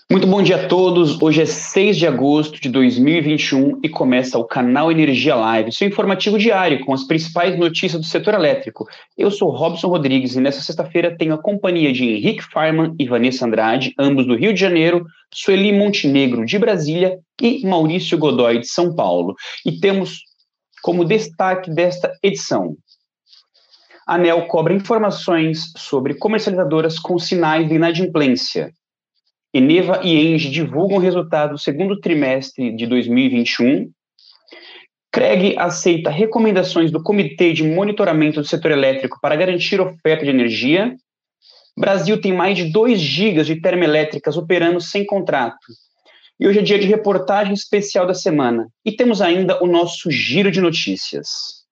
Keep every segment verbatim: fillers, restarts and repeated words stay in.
Muito bom dia a todos. Hoje é seis de agosto de dois mil e vinte e um e começa o canal Energia Live, seu informativo diário com as principais notícias do setor elétrico. Eu sou Robson Rodrigues e nesta sexta-feira tenho a companhia de Henrique Farman e Vanessa Andrade, ambos do Rio de Janeiro, Sueli Montenegro de Brasília e Maurício Godoy de São Paulo. E temos como destaque desta edição: a ANEEL cobra informações sobre comercializadoras com sinais de inadimplência. Eneva e Engie divulgam resultados do segundo trimestre de dois mil e vinte e um. C R E G aceita recomendações do Comitê de Monitoramento do Setor Elétrico para garantir oferta de energia. Brasil tem mais de dois gigas de termoelétricas operando sem contrato. E hoje é dia de reportagem especial da semana. E temos ainda o nosso giro de notícias.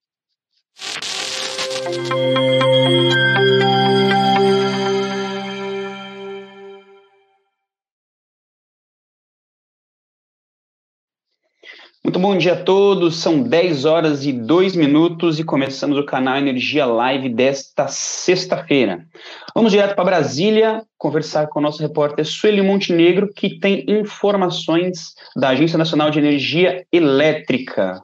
Muito bom dia a todos, são dez horas e dois minutos e começamos o canal Energia Live desta sexta-feira. Vamos direto para Brasília conversar com o nosso repórter Sueli Montenegro, que tem informações da Agência Nacional de Energia Elétrica.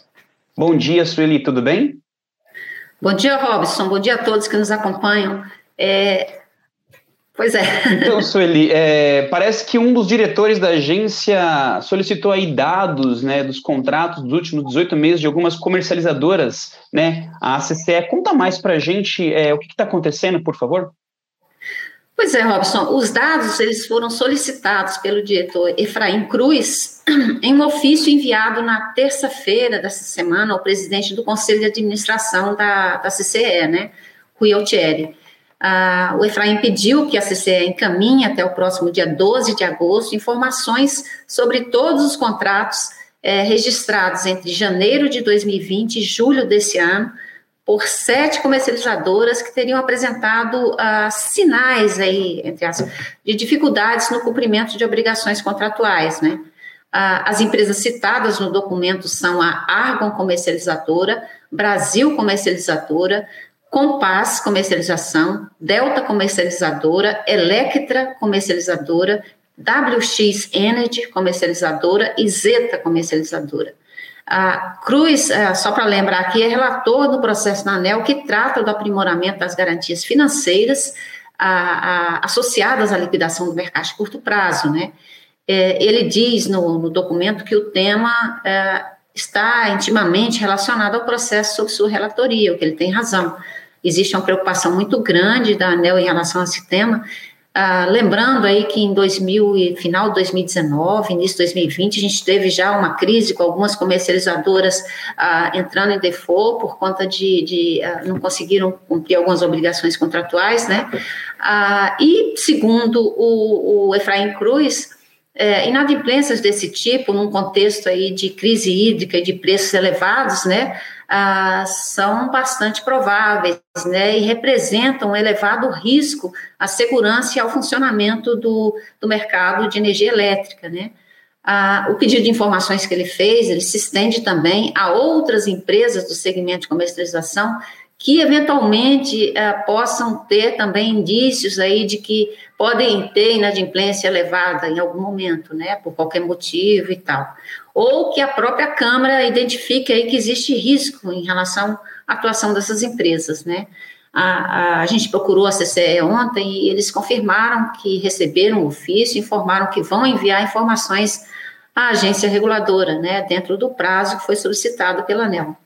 Bom dia, Sueli, tudo bem? Bom dia, Robson, bom dia a todos que nos acompanham. É... Pois é. Então, Sueli, é, parece que um dos diretores da agência solicitou aí dados, né, dos contratos dos últimos dezoito meses de algumas comercializadoras, né, a A C C E. Conta mais para a gente é, o que está acontecendo, por favor. Pois é, Robson, os dados eles foram solicitados pelo diretor Efraim Cruz em um ofício enviado na terça-feira dessa semana ao presidente do Conselho de Administração da, da C C E, né, Rui Altieri. Ah, o Efraim pediu que a C C E encaminhe até o próximo dia doze de agosto informações sobre todos os contratos eh, registrados entre janeiro de dois mil e vinte e julho desse ano por sete comercializadoras que teriam apresentado ah, sinais aí, entre aspas, de dificuldades no cumprimento de obrigações contratuais, né? Ah, as empresas citadas no documento são a Argon Comercializadora, Brasil Comercializadora, Compass Comercialização, Delta Comercializadora, Electra Comercializadora, W X Energy Comercializadora e Zeta Comercializadora. A Cruz, só para lembrar aqui, é relator do processo da ANEEL que trata do aprimoramento das garantias financeiras a, a, associadas à liquidação do mercado de curto prazo, né? É, ele diz no, no documento que o tema é, está intimamente relacionado ao processo sob sua relatoria, o que ele tem razão. Existe uma preocupação muito grande da ANEEL em relação a esse tema, ah, lembrando aí que em dois mil, final de dois mil e dezenove, início de dois mil e vinte, a gente teve já uma crise com algumas comercializadoras ah, entrando em default por conta de, de ah, não conseguiram cumprir algumas obrigações contratuais, né? Ah, e segundo o, o Efraim Cruz, É, inadimplências desse tipo, num contexto aí de crise hídrica e de preços elevados, né, ah, são bastante prováveis, né, e representam um elevado risco à segurança e ao funcionamento do, do mercado de energia elétrica, né. Ah, o pedido de informações que ele fez, ele se estende também a outras empresas do segmento de comercialização que eventualmente uh, possam ter também indícios aí de que podem ter inadimplência elevada em algum momento, né, por qualquer motivo e tal. Ou que a própria Câmara identifique aí que existe risco em relação à atuação dessas empresas, né. A, a, a gente procurou a C C E ontem e eles confirmaram que receberam o ofício, informaram que vão enviar informações à agência reguladora, né, dentro do prazo que foi solicitado pela ANEEL.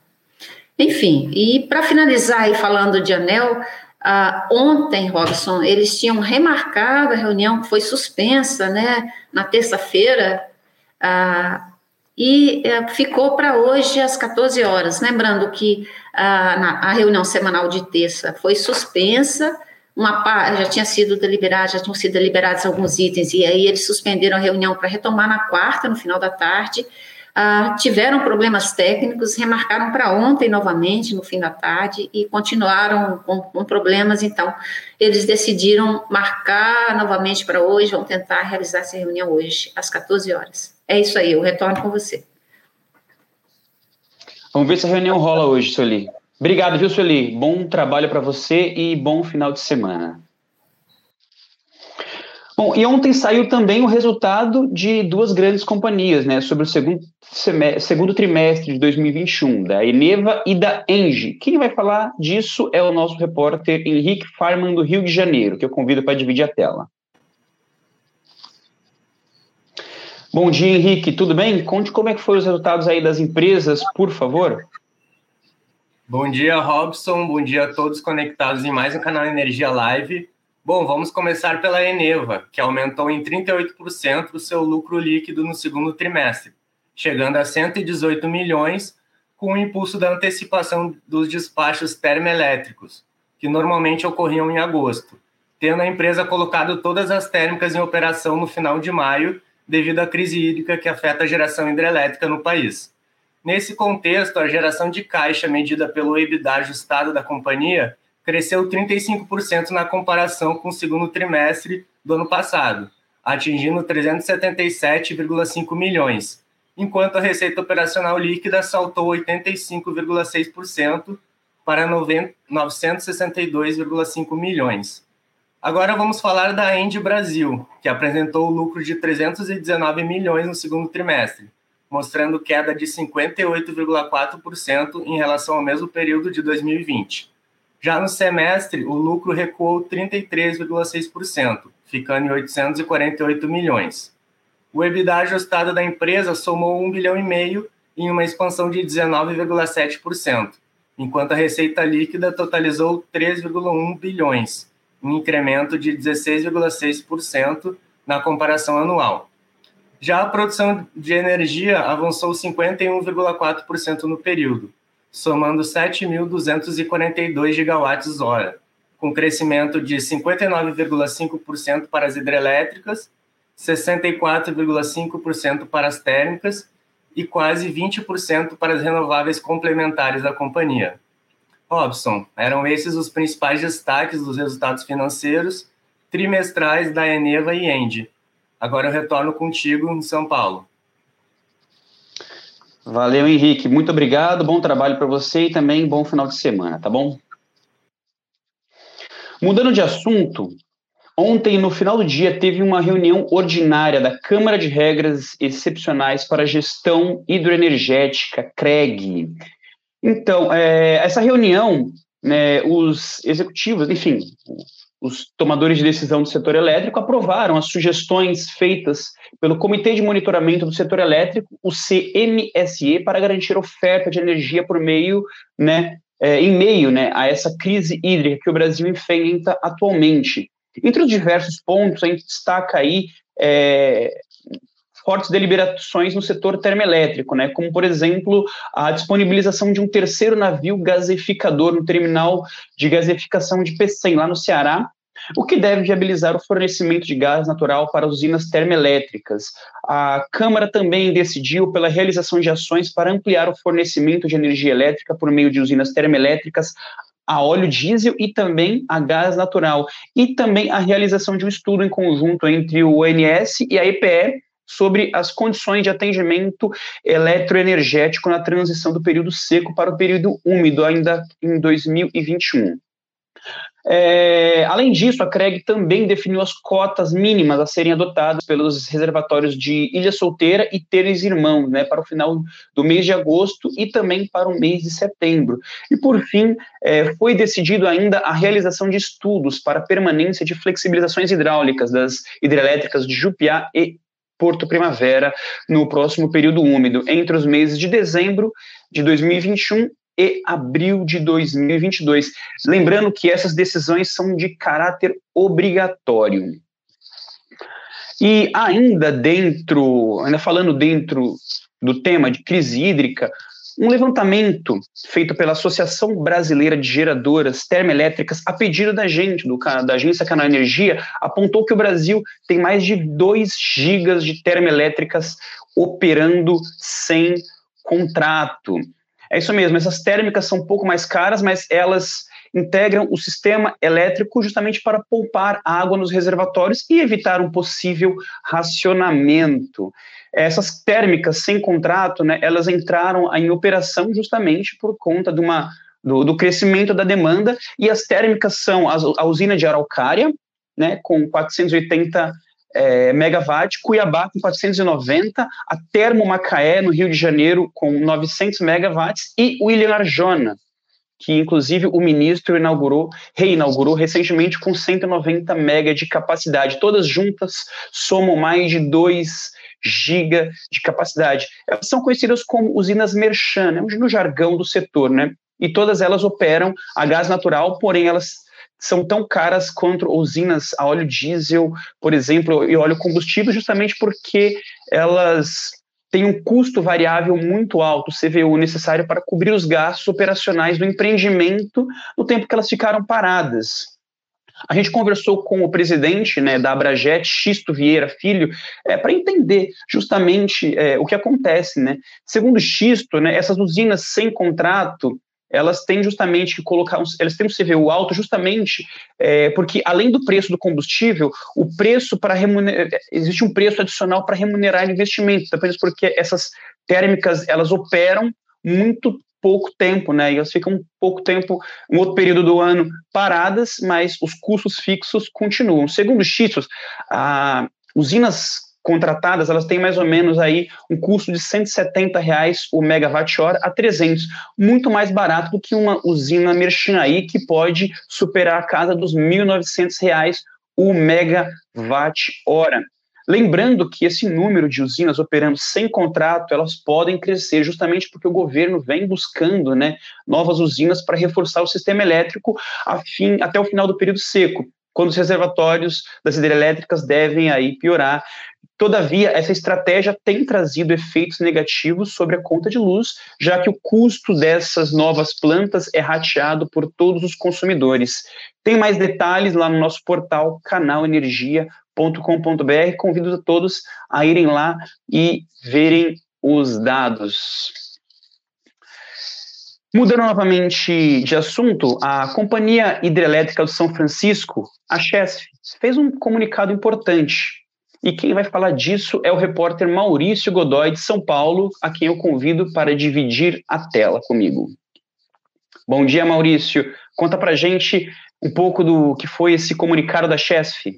Enfim, e para finalizar aí falando de ANEEL, ah, ontem, Robson, eles tinham remarcado a reunião que foi suspensa, né, na terça-feira, ah, e eh, ficou para hoje às quatorze horas. Lembrando que ah, na, a reunião semanal de terça foi suspensa, uma já tinha sido deliberada, já tinham sido deliberados alguns itens, e aí eles suspenderam a reunião para retomar na quarta, no final da tarde. Ah, tiveram problemas técnicos, remarcaram para ontem novamente, no fim da tarde, e continuaram com, com problemas, então eles decidiram marcar novamente para hoje, vão tentar realizar essa reunião hoje, às quatorze horas. É isso aí, eu retorno com você. Vamos ver se a reunião rola hoje, Sueli. Obrigado, viu, Sueli? Bom trabalho para você e bom final de semana. Bom, e ontem saiu também o resultado de duas grandes companhias, né, sobre o segundo, semestre, segundo trimestre de dois mil e vinte e um, da Eneva e da Engie. Quem vai falar disso é o nosso repórter Henrique Farman, do Rio de Janeiro, que eu convido para dividir a tela. Bom dia, Henrique, tudo bem? Conte como é que foram os resultados aí das empresas, por favor. Bom dia, Robson, bom dia a todos conectados em mais um canal Energia Live. Bom, vamos começar pela Eneva, que aumentou em trinta e oito por cento o seu lucro líquido no segundo trimestre, chegando a cento e dezoito milhões, com o impulso da antecipação dos despachos termoelétricos, que normalmente ocorriam em agosto, tendo a empresa colocado todas as térmicas em operação no final de maio, devido à crise hídrica que afeta a geração hidrelétrica no país. Nesse contexto, a geração de caixa medida pelo EBITDA ajustado da companhia cresceu trinta e cinco por cento na comparação com o segundo trimestre do ano passado, atingindo trezentos e setenta e sete vírgula cinco milhões, enquanto a receita operacional líquida saltou oitenta e cinco vírgula seis por cento para novecentos e sessenta e dois vírgula cinco milhões. Agora vamos falar da Engie Brasil, que apresentou o lucro de trezentos e dezenove milhões no segundo trimestre, mostrando queda de cinquenta e oito vírgula quatro por cento em relação ao mesmo período de dois mil e vinte. Já no semestre, o lucro recuou trinta e três vírgula seis por cento, ficando em oitocentos e quarenta e oito milhões. O EBITDA ajustado da empresa somou um bilhão e meio em uma expansão de dezenove vírgula sete por cento, enquanto a receita líquida totalizou três vírgula um bilhões, um incremento de dezesseis vírgula seis por cento na comparação anual. Já a produção de energia avançou cinquenta e um vírgula quatro por cento no período, somando sete mil duzentos e quarenta e dois gigawatts-hora, com crescimento de cinquenta e nove vírgula cinco por cento para as hidrelétricas, sessenta e quatro vírgula cinco por cento para as térmicas e quase vinte por cento para as renováveis complementares da companhia. Robson, eram esses os principais destaques dos resultados financeiros trimestrais da Eneva e Engie. Agora eu retorno contigo em São Paulo. Valeu, Henrique. Muito obrigado. Bom trabalho para você e também bom final de semana, tá bom? Mudando de assunto, ontem, no final do dia, teve uma reunião ordinária da Câmara de Regras Excepcionais para a Gestão Hidroenergética, C R E G. Então, é, essa reunião, né, os executivos, enfim, os tomadores de decisão do setor elétrico aprovaram as sugestões feitas pelo Comitê de Monitoramento do Setor Elétrico, o C M S E, para garantir oferta de energia por meio, né, é, em meio, né, a essa crise hídrica que o Brasil enfrenta atualmente. Entre os diversos pontos, a gente destaca aí é, fortes deliberações no setor termoelétrico, né, como, por exemplo, a disponibilização de um terceiro navio gasificador no terminal de gasificação de Pecém, lá no Ceará, o que deve viabilizar o fornecimento de gás natural para usinas termoelétricas. A Câmara também decidiu pela realização de ações para ampliar o fornecimento de energia elétrica por meio de usinas termoelétricas a óleo diesel e também a gás natural, e também a realização de um estudo em conjunto entre o O N S e a E P E sobre as condições de atendimento eletroenergético na transição do período seco para o período úmido, ainda em dois mil e vinte e um. É, além disso, a C R E G também definiu as cotas mínimas a serem adotadas pelos reservatórios de Ilha Solteira e Três Irmãos, né, para o final do mês de agosto e também para o mês de setembro. E, por fim, é, foi decidido ainda a realização de estudos para a permanência de flexibilizações hidráulicas das hidrelétricas de Jupiá e Porto Primavera no próximo período úmido, entre os meses de dezembro de dois mil e vinte e um e abril de dois mil e vinte e dois. Lembrando que essas decisões são de caráter obrigatório. E ainda dentro, ainda falando dentro do tema de crise hídrica, um levantamento feito pela Associação Brasileira de Geradoras Termoelétricas, a pedido da gente, do, da agência Canal Energia, apontou que o Brasil tem mais de dois gigas de termoelétricas operando sem contrato. É isso mesmo, essas térmicas são um pouco mais caras, mas elas integram o sistema elétrico justamente para poupar água nos reservatórios e evitar um possível racionamento. Essas térmicas sem contrato, né, elas entraram em operação justamente por conta de uma, do, do crescimento da demanda, e as térmicas são a, a usina de Araucária, né, com quatrocentos e oitenta é, megawatts, Cuiabá com quatrocentos e noventa, a Termo Macaé, no Rio de Janeiro, com novecentos megawatts, e William Arjona, que inclusive o ministro inaugurou, reinaugurou recentemente com cento e noventa mega de capacidade. Todas juntas somam mais de dois giga de capacidade. Elas são conhecidas como usinas Merchan, né, no jargão do setor, né? E todas elas operam a gás natural, porém elas são tão caras quanto usinas a óleo diesel, por exemplo, e óleo combustível, justamente porque elas têm um custo variável muito alto, C V U, necessário para cobrir os gastos operacionais do empreendimento no tempo que elas ficaram paradas. A gente conversou com o presidente, né, da Abrajet, Xisto Vieira Filho, é, para entender justamente é, o que acontece, né? Segundo Xisto, né, essas usinas sem contrato, elas têm justamente que colocar, um, elas têm um C V U alto justamente é, porque, além do preço do combustível, o preço para remunerar, existe um preço adicional para remunerar investimentos, apenas porque essas térmicas, elas operam muito pouco tempo, né, e elas ficam um pouco tempo, um outro período do ano paradas, mas os custos fixos continuam. Segundo Xistos, as usinas contratadas, elas têm mais ou menos aí um custo de cento e setenta reais o megawatt-hora a trezentos, muito mais barato do que uma usina Merchan aí, que pode superar a casa dos mil e novecentos reais o megawatt-hora. Lembrando que esse número de usinas operando sem contrato, elas podem crescer justamente porque o governo vem buscando, né, novas usinas para reforçar o sistema elétrico a fim, até o final do período seco, quando os reservatórios das hidrelétricas devem aí piorar. Todavia, essa estratégia tem trazido efeitos negativos sobre a conta de luz, já que o custo dessas novas plantas é rateado por todos os consumidores. Tem mais detalhes lá no nosso portal canal energia ponto com ponto b r. Convido a todos a irem lá e verem os dados. Mudando novamente de assunto, a Companhia Hidrelétrica do São Francisco, a Chesf, fez um comunicado importante. E quem vai falar disso é o repórter Maurício Godoy, de São Paulo, a quem eu convido para dividir a tela comigo. Bom dia, Maurício. Conta pra gente um pouco do que foi esse comunicado da Chesf.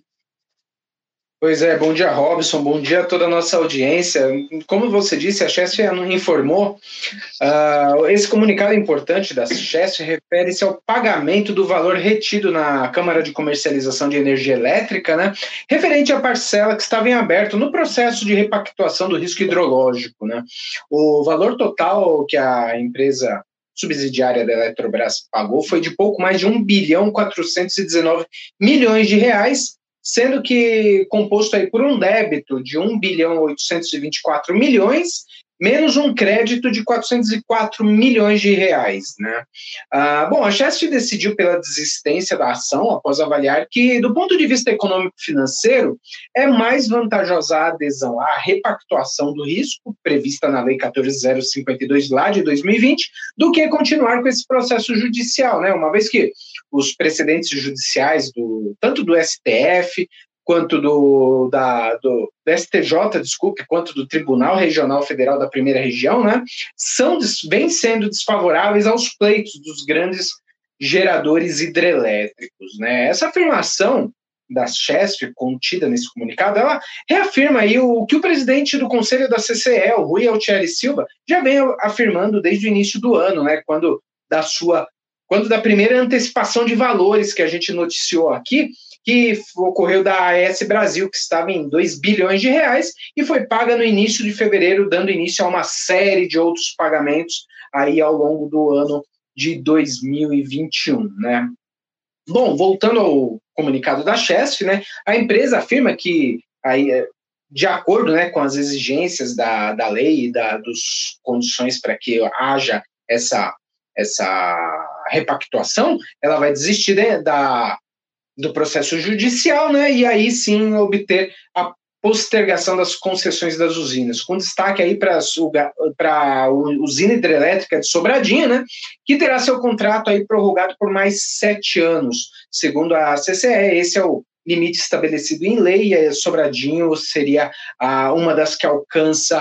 Pois é, bom dia, Robson, bom dia a toda a nossa audiência. Como você disse, a Chesf informou, uh, esse comunicado importante da Chesf refere-se ao pagamento do valor retido na Câmara de Comercialização de Energia Elétrica, né, referente à parcela que estava em aberto no processo de repactuação do risco hidrológico, né. O valor total que a empresa subsidiária da Eletrobras pagou foi de pouco mais de um bilhão quatrocentos e dezenove milhões de reais, sendo que composto aí por um débito de um bilhão oitocentos e vinte e quatro milhões, menos um crédito de quatrocentos e quatro milhões de reais, né? Ah, bom, a Chesf decidiu pela desistência da ação após avaliar que, do ponto de vista econômico-financeiro, é mais vantajosa a adesão à repactuação do risco, prevista na Lei quatorze mil cinquenta e dois, lá de dois mil e vinte, do que continuar com esse processo judicial, né? Uma vez que os precedentes judiciais, do, tanto do S T F, quanto do, da, do, do S T J, desculpe, quanto do Tribunal Regional Federal da Primeira Região, né, são, vêm sendo desfavoráveis aos pleitos dos grandes geradores hidrelétricos, né. Essa afirmação da Chesf, contida nesse comunicado, ela reafirma aí o que o presidente do Conselho da C C E, o Rui Altieri Silva, já vem afirmando desde o início do ano, né, quando da sua, quando da primeira antecipação de valores que a gente noticiou aqui, que ocorreu da A E S Brasil, que estava em dois bilhões de reais e foi paga no início de fevereiro, dando início a uma série de outros pagamentos aí ao longo do ano de dois mil e vinte e um, né? Bom, voltando ao comunicado da Chesf, né, a empresa afirma que, aí, de acordo, né, com as exigências da, da lei e da, dos condições para que haja essa, essa repactuação, ela vai desistir, né, da do processo judicial, né, e aí sim obter a postergação das concessões das usinas, com destaque aí para a usina hidrelétrica de Sobradinho, né, que terá seu contrato aí prorrogado por mais sete anos, segundo a C C E. Esse é o limite estabelecido em lei, e Sobradinho seria a, uma das que alcança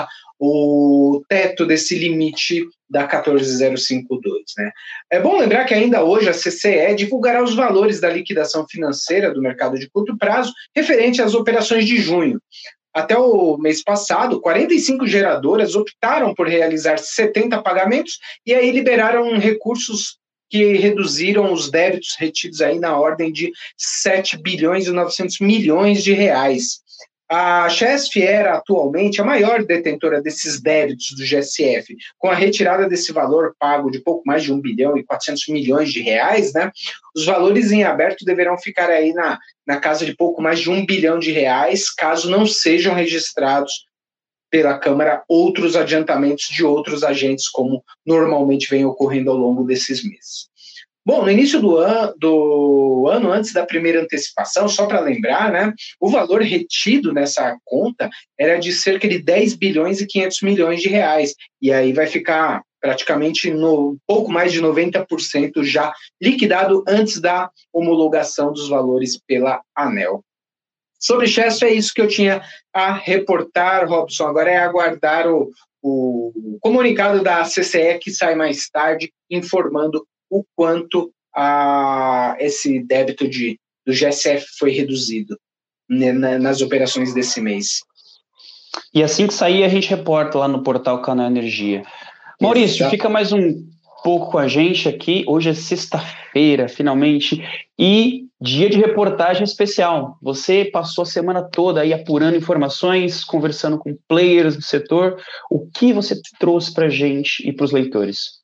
o teto desse limite da quatorze mil e cinquenta e dois. Né? É bom lembrar que ainda hoje a C C E divulgará os valores da liquidação financeira do mercado de curto prazo referente às operações de junho. Até o mês passado, quarenta e cinco geradoras optaram por realizar setenta pagamentos e aí liberaram recursos que reduziram os débitos retidos aí na ordem de sete bilhões e novecentos milhões de reais. A Chesf era atualmente a maior detentora desses débitos do G S F, com a retirada desse valor pago de pouco mais de um bilhão e quatrocentos milhões de reais, né? Os valores em aberto deverão ficar aí na, na casa de pouco mais de um bilhão de reais, caso não sejam registrados pela Câmara outros adiantamentos de outros agentes, como normalmente vem ocorrendo ao longo desses meses. Bom, no início do, an do ano, antes da primeira antecipação, só para lembrar, né, o valor retido nessa conta era de cerca de dez bilhões e quinhentos milhões de reais, e aí vai ficar praticamente no pouco mais de noventa por cento já liquidado antes da homologação dos valores pela ANEEL. Sobre Chesf, é isso que eu tinha a reportar, Robson. Agora é aguardar o, o comunicado da C C E, que sai mais tarde, informando o quanto a, esse débito de, do G S F foi reduzido, né, na, nas operações desse mês. E assim que sair, a gente reporta lá no portal Canal Energia. Maurício, Exato. Fica mais um pouco com a gente aqui. Hoje é sexta-feira, finalmente, e dia de reportagem especial. Você passou a semana toda aí apurando informações, conversando com players do setor. O que você trouxe para a gente e para os leitores?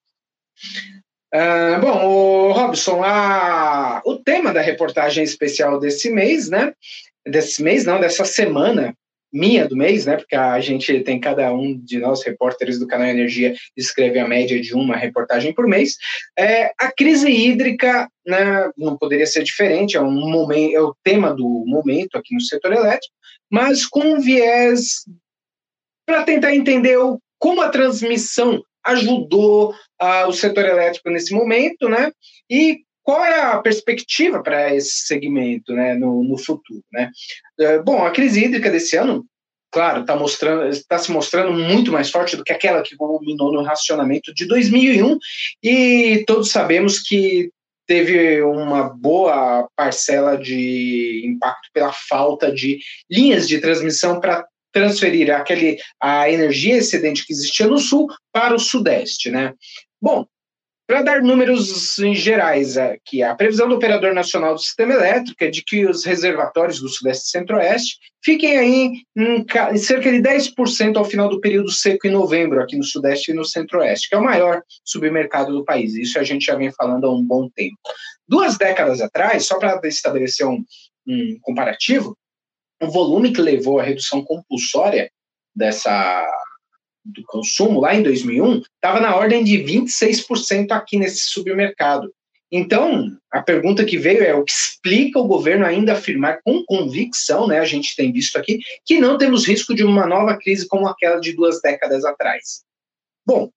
Uh, bom, o Robson, a, o tema da reportagem especial desse mês, né? Desse mês, não, dessa semana, minha do mês, né? Porque a gente tem, cada um de nós, repórteres do Canal Energia, escreve a média de uma reportagem por mês. É, a crise hídrica, né, não poderia ser diferente, é, um momento, é o tema do momento aqui no setor elétrico, mas com um viés para tentar entender o, como a transmissão ajudou uh, o setor elétrico nesse momento, né? E qual é a perspectiva para esse segmento, né, no, no futuro, né? Uh, bom, a crise hídrica desse ano, claro, está mostrando, está se mostrando muito mais forte do que aquela que culminou no racionamento de dois mil e um, e todos sabemos que teve uma boa parcela de impacto pela falta de linhas de transmissão para transferir aquele, a energia excedente que existia no sul para o sudeste, né? Bom, para dar números em gerais aqui, a previsão do Operador Nacional do Sistema Elétrico é de que os reservatórios do Sudeste e Centro-Oeste fiquem aí em, em cerca de dez por cento ao final do período seco em novembro, aqui no Sudeste e no Centro-Oeste, que é o maior submercado do país. Isso a gente já vem falando há um bom tempo. Duas décadas atrás, só para estabelecer um, um comparativo, o volume que levou à redução compulsória dessa, do consumo lá em dois mil e um estava na ordem de vinte e seis por cento aqui nesse submercado. Então, a pergunta que veio é o que explica o governo ainda afirmar com convicção, né, a gente tem visto aqui, que não temos risco de uma nova crise como aquela de duas décadas atrás. Bom,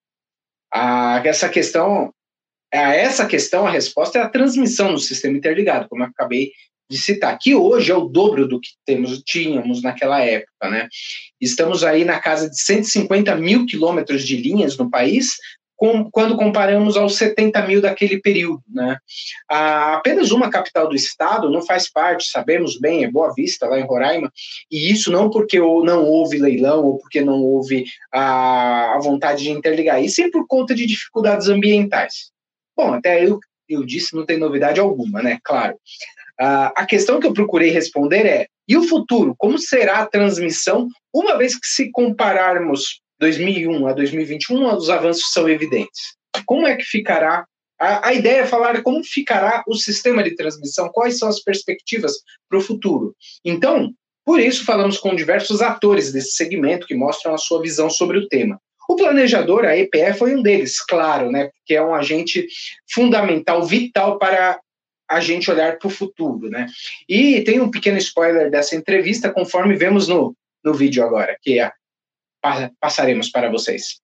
a, essa questão, a essa questão, a resposta é a transmissão no sistema interligado, como eu acabei de citar, que hoje é o dobro do que temos, tínhamos naquela época, né? Estamos aí na casa de cento e cinquenta mil quilômetros de linhas no país, com, quando comparamos aos setenta mil daquele período, né? Ah, apenas uma capital do estado não faz parte, sabemos bem, é Boa Vista, lá em Roraima, e isso não porque não houve leilão ou porque não houve a, a vontade de interligar, e sim por conta de dificuldades ambientais. Bom, até eu, eu disse, não tem novidade alguma, né? Claro. Uh, a questão que eu procurei responder é, e o futuro? Como será a transmissão, uma vez que se compararmos dois mil e um a dois mil e vinte e um, os avanços são evidentes. Como é que ficará? A, a ideia é falar como ficará o sistema de transmissão, quais são as perspectivas para o futuro. Então, por isso falamos com diversos atores desse segmento que mostram a sua visão sobre o tema. O planejador, a E P E, foi um deles, claro, né, que é um agente fundamental, vital para a gente olhar para o futuro, né? E tem um pequeno spoiler dessa entrevista, conforme vemos no, no vídeo agora, que é, passaremos para vocês.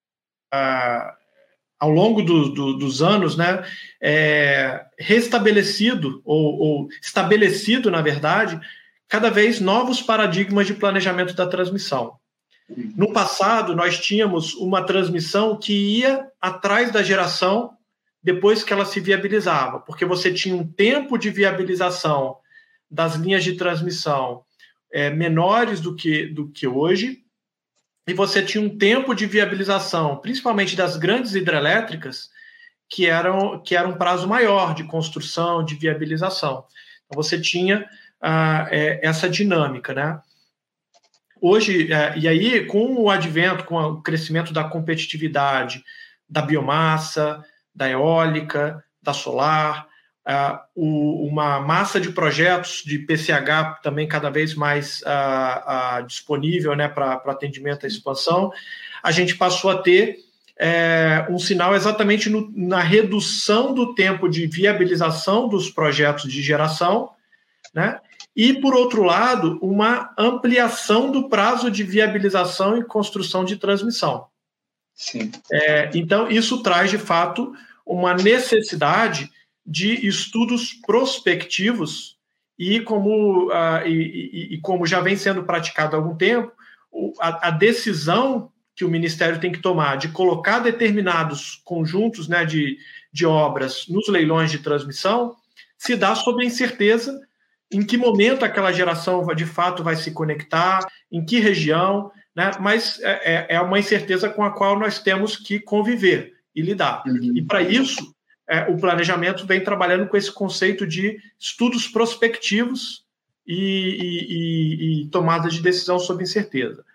Ah, ao longo do, do, dos anos, né, é restabelecido, ou, ou estabelecido, na verdade, cada vez novos paradigmas de planejamento da transmissão. No passado, nós tínhamos uma transmissão que ia atrás da geração depois que ela se viabilizava, porque você tinha um tempo de viabilização das linhas de transmissão é, menores do que, do que hoje, e você tinha um tempo de viabilização, principalmente das grandes hidrelétricas, que eram que era um prazo maior de construção, de viabilização. Então, você tinha ah, é, essa dinâmica, né? Hoje, é, e aí, com o advento, com o crescimento da competitividade da biomassa, da eólica, da solar, uh, o, uma massa de projetos de P C H também cada vez mais uh, uh, disponível, né, para atendimento à expansão, a gente passou a ter é, um sinal exatamente no, na redução do tempo de viabilização dos projetos de geração, né, e, por outro lado, uma ampliação do prazo de viabilização e construção de transmissão. Sim. É, então, isso traz, de fato, uma necessidade de estudos prospectivos e como, uh, e, e, e como já vem sendo praticado há algum tempo, a, a decisão que o Ministério tem que tomar de colocar determinados conjuntos, né, de, de obras nos leilões de transmissão se dá sob a incerteza em que momento aquela geração de fato vai se conectar, em que região, né? Mas é, é uma incerteza com a qual nós temos que conviver e lidar. Uhum. E para isso, é, o planejamento vem trabalhando com esse conceito de estudos prospectivos e, e, e, e tomada de decisão sob incerteza.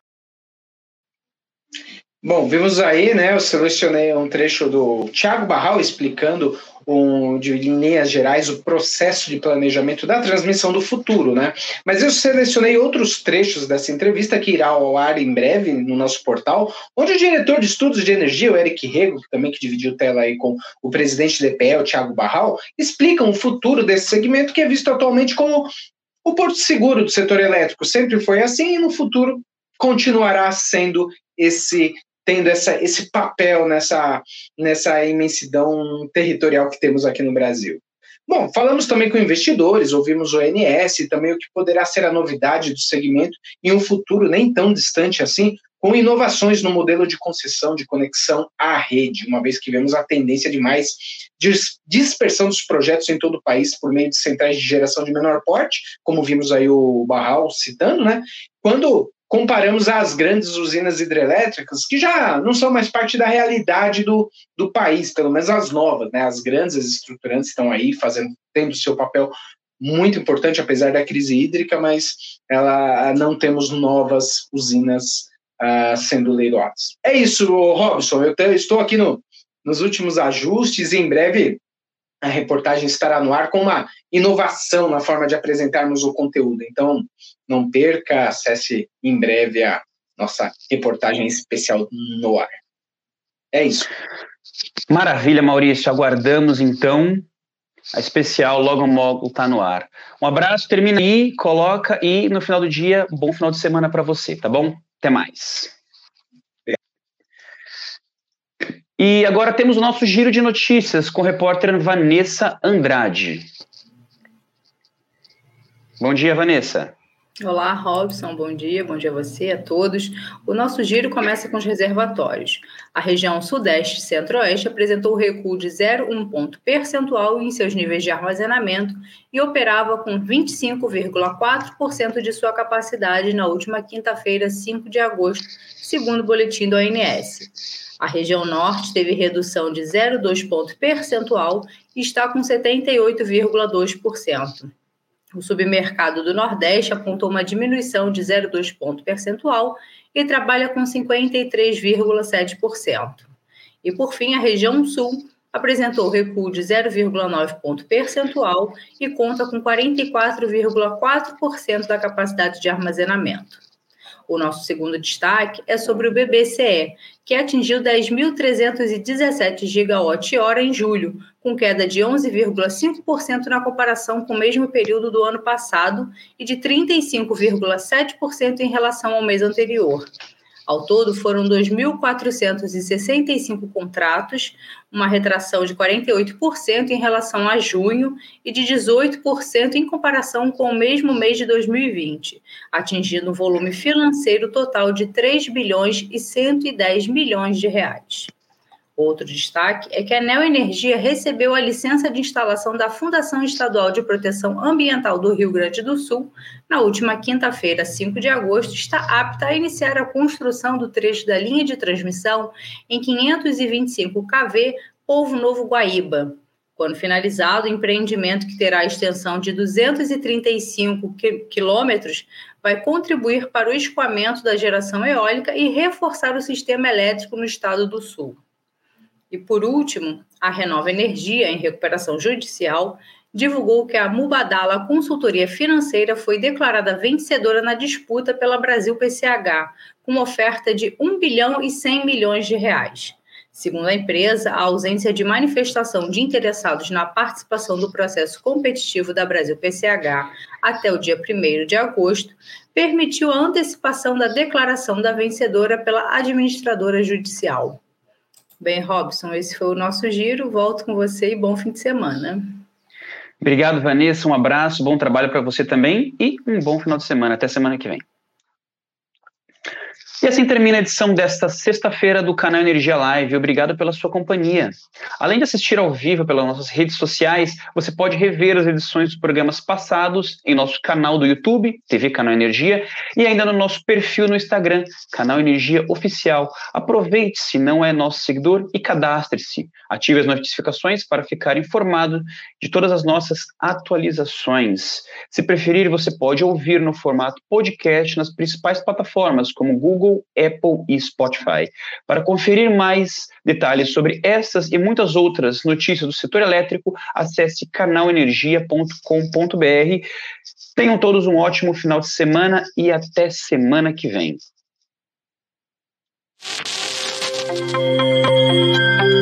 Bom, vimos aí, né, eu selecionei um trecho do Thiago Barral explicando um, de linhas gerais o processo de planejamento da transmissão do futuro, né? Mas eu selecionei outros trechos dessa entrevista que irá ao ar em breve no nosso portal, onde o diretor de estudos de energia, o Eric Rego, que também que dividiu tela aí com o presidente do D P E, o Thiago Barral, explicam o futuro desse segmento que é visto atualmente como o porto seguro do setor elétrico. Sempre foi assim e no futuro continuará sendo esse tendo essa, esse papel nessa, nessa imensidão territorial que temos aqui no Brasil. Bom, falamos também com investidores, ouvimos o O N S e também o que poderá ser a novidade do segmento em um futuro nem tão distante assim, com inovações no modelo de concessão de conexão à rede, uma vez que vemos a tendência de mais dispersão dos projetos em todo o país por meio de centrais de geração de menor porte, como vimos aí o Barral citando, né? Quando comparamos às grandes usinas hidrelétricas, que já não são mais parte da realidade do, do país, pelo menos as novas, né? As grandes, as estruturantes estão aí fazendo, tendo seu papel muito importante, apesar da crise hídrica, mas ela, não temos novas usinas uh, sendo leiloadas. É isso, Robson, eu, te, eu estou aqui no, nos últimos ajustes e em breve a reportagem estará no ar com uma inovação na forma de apresentarmos o conteúdo. Então, não perca, acesse em breve a nossa reportagem especial no ar. É isso. Maravilha, Maurício. Aguardamos, então, a especial logo logo está no ar. Um abraço, termina aí, coloca e no final do dia, bom final de semana para você, tá bom? Até mais. E agora temos o nosso giro de notícias com a repórter Vanessa Andrade. Bom dia, Vanessa. Olá, Robson, bom dia, bom dia a você, a todos. O nosso giro começa com os reservatórios. A região Sudeste e Centro-Oeste apresentou recuo de zero vírgula um ponto percentual em seus níveis de armazenamento e operava com vinte e cinco vírgula quatro por cento de sua capacidade na última quinta-feira, cinco de agosto, segundo o boletim do O N S. A região Norte teve redução de zero vírgula dois ponto percentual e está com setenta e oito vírgula dois por cento. O submercado do Nordeste apontou uma diminuição de zero vírgula dois ponto percentual e trabalha com cinquenta e três vírgula sete por cento. E, por fim, a região Sul apresentou recuo de zero vírgula nove ponto percentual e conta com quarenta e quatro vírgula quatro por cento da capacidade de armazenamento. O nosso segundo destaque é sobre o B B C E, que atingiu dez mil trezentos e dezessete gigawatt-hora em julho, com queda de onze vírgula cinco por cento na comparação com o mesmo período do ano passado e de trinta e cinco vírgula sete por cento em relação ao mês anterior. Ao todo, foram dois mil quatrocentos e sessenta e cinco contratos, uma retração de quarenta e oito por cento em relação a junho e de dezoito por cento em comparação com o mesmo mês de dois mil e vinte, atingindo um volume financeiro total de três bilhões e cento e dez milhões de reais. Outro destaque é que a Neoenergia recebeu a licença de instalação da Fundação Estadual de Proteção Ambiental do Rio Grande do Sul na última quinta-feira, cinco de agosto, está apta a iniciar a construção do trecho da linha de transmissão em quinhentos e vinte e cinco quilovolts Povo Novo Guaíba. Quando finalizado, o empreendimento, que terá a extensão de duzentos e trinta e cinco quilômetros, vai contribuir para o escoamento da geração eólica e reforçar o sistema elétrico no estado do Sul. E, por último, a Renova Energia, em recuperação judicial, divulgou que a Mubadala Consultoria Financeira foi declarada vencedora na disputa pela Brasil P C H, com uma oferta de um bilhão e cem milhões de reais. Segundo a empresa, a ausência de manifestação de interessados na participação do processo competitivo da Brasil P C H até o dia primeiro de agosto permitiu a antecipação da declaração da vencedora pela administradora judicial. Bem, Robson, esse foi o nosso giro. Volto com você e bom fim de semana. Obrigado, Vanessa. Um abraço, bom trabalho para você também e um bom final de semana. Até semana que vem. E assim termina a edição desta sexta-feira do Canal Energia Live. Obrigado pela sua companhia. Além de assistir ao vivo pelas nossas redes sociais, você pode rever as edições dos programas passados em nosso canal do YouTube, T V Canal Energia, e ainda no nosso perfil no Instagram, Canal Energia Oficial. Aproveite, se não é nosso seguidor, e cadastre-se. Ative as notificações para ficar informado de todas as nossas atualizações. Se preferir, você pode ouvir no formato podcast nas principais plataformas, como Google, Apple e Spotify. Para conferir mais detalhes sobre essas e muitas outras notícias do setor elétrico, acesse canal energia ponto com ponto b r. Tenham todos um ótimo final de semana e até semana que vem.